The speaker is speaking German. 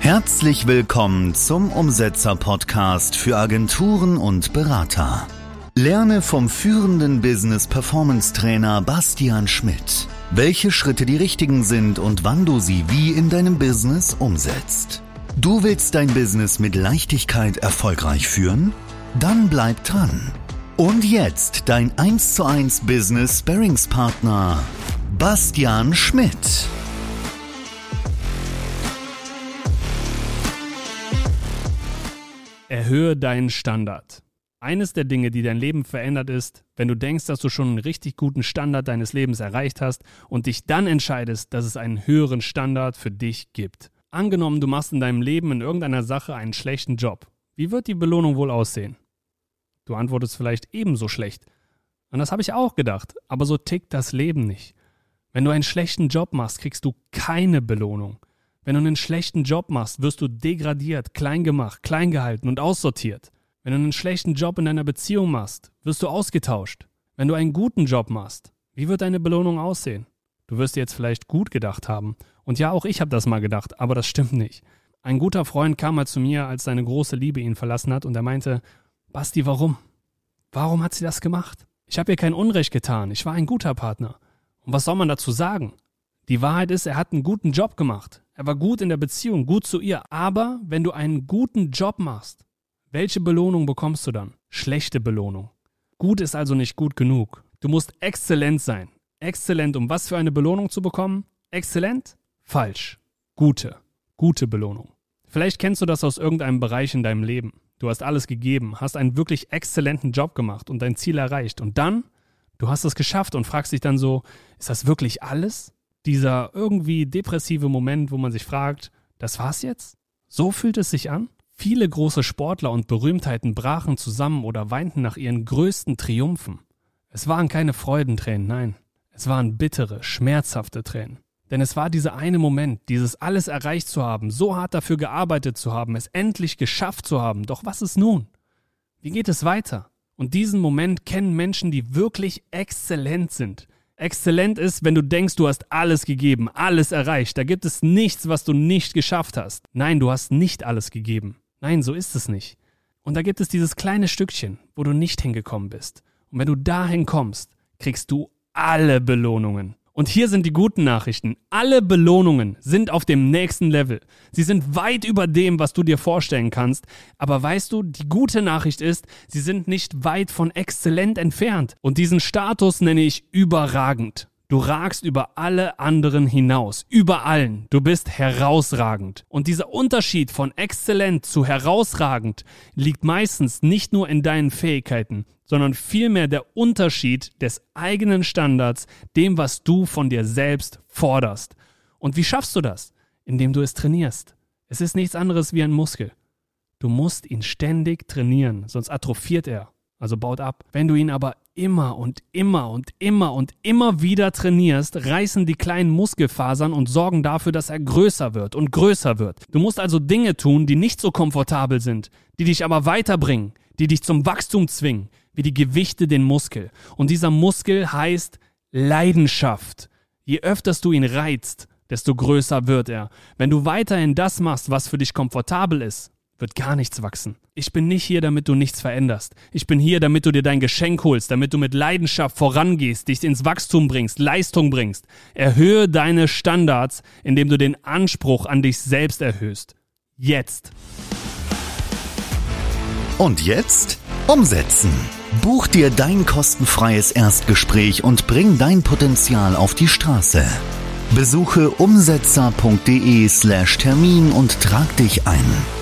Herzlich willkommen zum Umsetzer-Podcast für Agenturen und Berater. Lerne vom führenden Business-Performance-Trainer Bastian Schmidt, welche Schritte die richtigen sind und wann du sie wie in deinem Business umsetzt. Du willst dein Business mit Leichtigkeit erfolgreich führen? Dann bleib dran. Und jetzt dein 1:1 Business-Sparringspartner Bastian Schmidt. Erhöhe deinen Standard. Eines der Dinge, die dein Leben verändert, ist, wenn du denkst, dass du schon einen richtig guten Standard deines Lebens erreicht hast und dich dann entscheidest, dass es einen höheren Standard für dich gibt. Angenommen, du machst in deinem Leben in irgendeiner Sache einen schlechten Job. Wie wird die Belohnung wohl aussehen? Du antwortest vielleicht ebenso schlecht. Und das habe ich auch gedacht, aber so tickt das Leben nicht. Wenn du einen schlechten Job machst, kriegst du keine Belohnung. Wenn du einen schlechten Job machst, wirst du degradiert, klein gemacht, klein gehalten und aussortiert. Wenn du einen schlechten Job in deiner Beziehung machst, wirst du ausgetauscht. Wenn du einen guten Job machst, wie wird deine Belohnung aussehen? Du wirst dir jetzt vielleicht gut gedacht haben. Und ja, auch ich habe das mal gedacht, aber das stimmt nicht. Ein guter Freund kam mal zu mir, als seine große Liebe ihn verlassen hat und er meinte, Basti, warum? Warum hat sie das gemacht? Ich habe ihr kein Unrecht getan, ich war ein guter Partner. Und was soll man dazu sagen? Die Wahrheit ist, er hat einen guten Job gemacht. Er war gut in der Beziehung, gut zu ihr. Aber wenn du einen guten Job machst, welche Belohnung bekommst du dann? Schlechte Belohnung. Gut ist also nicht gut genug. Du musst exzellent sein. Exzellent, um was für eine Belohnung zu bekommen? Exzellent? Falsch. Gute Belohnung. Vielleicht kennst du das aus irgendeinem Bereich in deinem Leben. Du hast alles gegeben, hast einen wirklich exzellenten Job gemacht und dein Ziel erreicht. Und dann, du hast es geschafft und fragst dich dann so, ist das wirklich alles? Dieser irgendwie depressive Moment, wo man sich fragt, das war's jetzt? So fühlt es sich an? Viele große Sportler und Berühmtheiten brachen zusammen oder weinten nach ihren größten Triumphen. Es waren keine Freudentränen, nein. Es waren bittere, schmerzhafte Tränen. Denn es war dieser eine Moment, dieses alles erreicht zu haben, so hart dafür gearbeitet zu haben, es endlich geschafft zu haben. Doch was ist nun? Wie geht es weiter? Und diesen Moment kennen Menschen, die wirklich exzellent sind. Exzellent ist, wenn du denkst, du hast alles gegeben, alles erreicht. Da gibt es nichts, was du nicht geschafft hast. Nein, du hast nicht alles gegeben. Nein, so ist es nicht. Und da gibt es dieses kleine Stückchen, wo du nicht hingekommen bist. Und wenn du dahin kommst, kriegst du alle Belohnungen. Und hier sind die guten Nachrichten. Alle Belohnungen sind auf dem nächsten Level. Sie sind weit über dem, was du dir vorstellen kannst. Aber weißt du, die gute Nachricht ist, sie sind nicht weit von exzellent entfernt. Und diesen Status nenne ich überragend. Du ragst über alle anderen hinaus. Über allen. Du bist herausragend. Und dieser Unterschied von exzellent zu herausragend liegt meistens nicht nur in deinen Fähigkeiten, sondern vielmehr der Unterschied des eigenen Standards, dem, was du von dir selbst forderst. Und wie schaffst du das? Indem du es trainierst. Es ist nichts anderes wie ein Muskel. Du musst ihn ständig trainieren, sonst atrophiert er, also baut ab. Wenn du ihn aber immer und immer und immer und immer wieder trainierst, reißen die kleinen Muskelfasern und sorgen dafür, dass er größer wird und größer wird. Du musst also Dinge tun, die nicht so komfortabel sind, die dich aber weiterbringen, die dich zum Wachstum zwingen, wie die Gewichte den Muskel. Und dieser Muskel heißt Leidenschaft. Je öfter du ihn reizt, desto größer wird er. Wenn du weiterhin das machst, was für dich komfortabel ist, wird gar nichts wachsen. Ich bin nicht hier, damit du nichts veränderst. Ich bin hier, damit du dir dein Geschenk holst, damit du mit Leidenschaft vorangehst, dich ins Wachstum bringst, Leistung bringst. Erhöhe deine Standards, indem du den Anspruch an dich selbst erhöhst. Jetzt. Und jetzt umsetzen. Buch dir dein kostenfreies Erstgespräch und bring dein Potenzial auf die Straße. Besuche umsetzer.de/Termin und trag dich ein.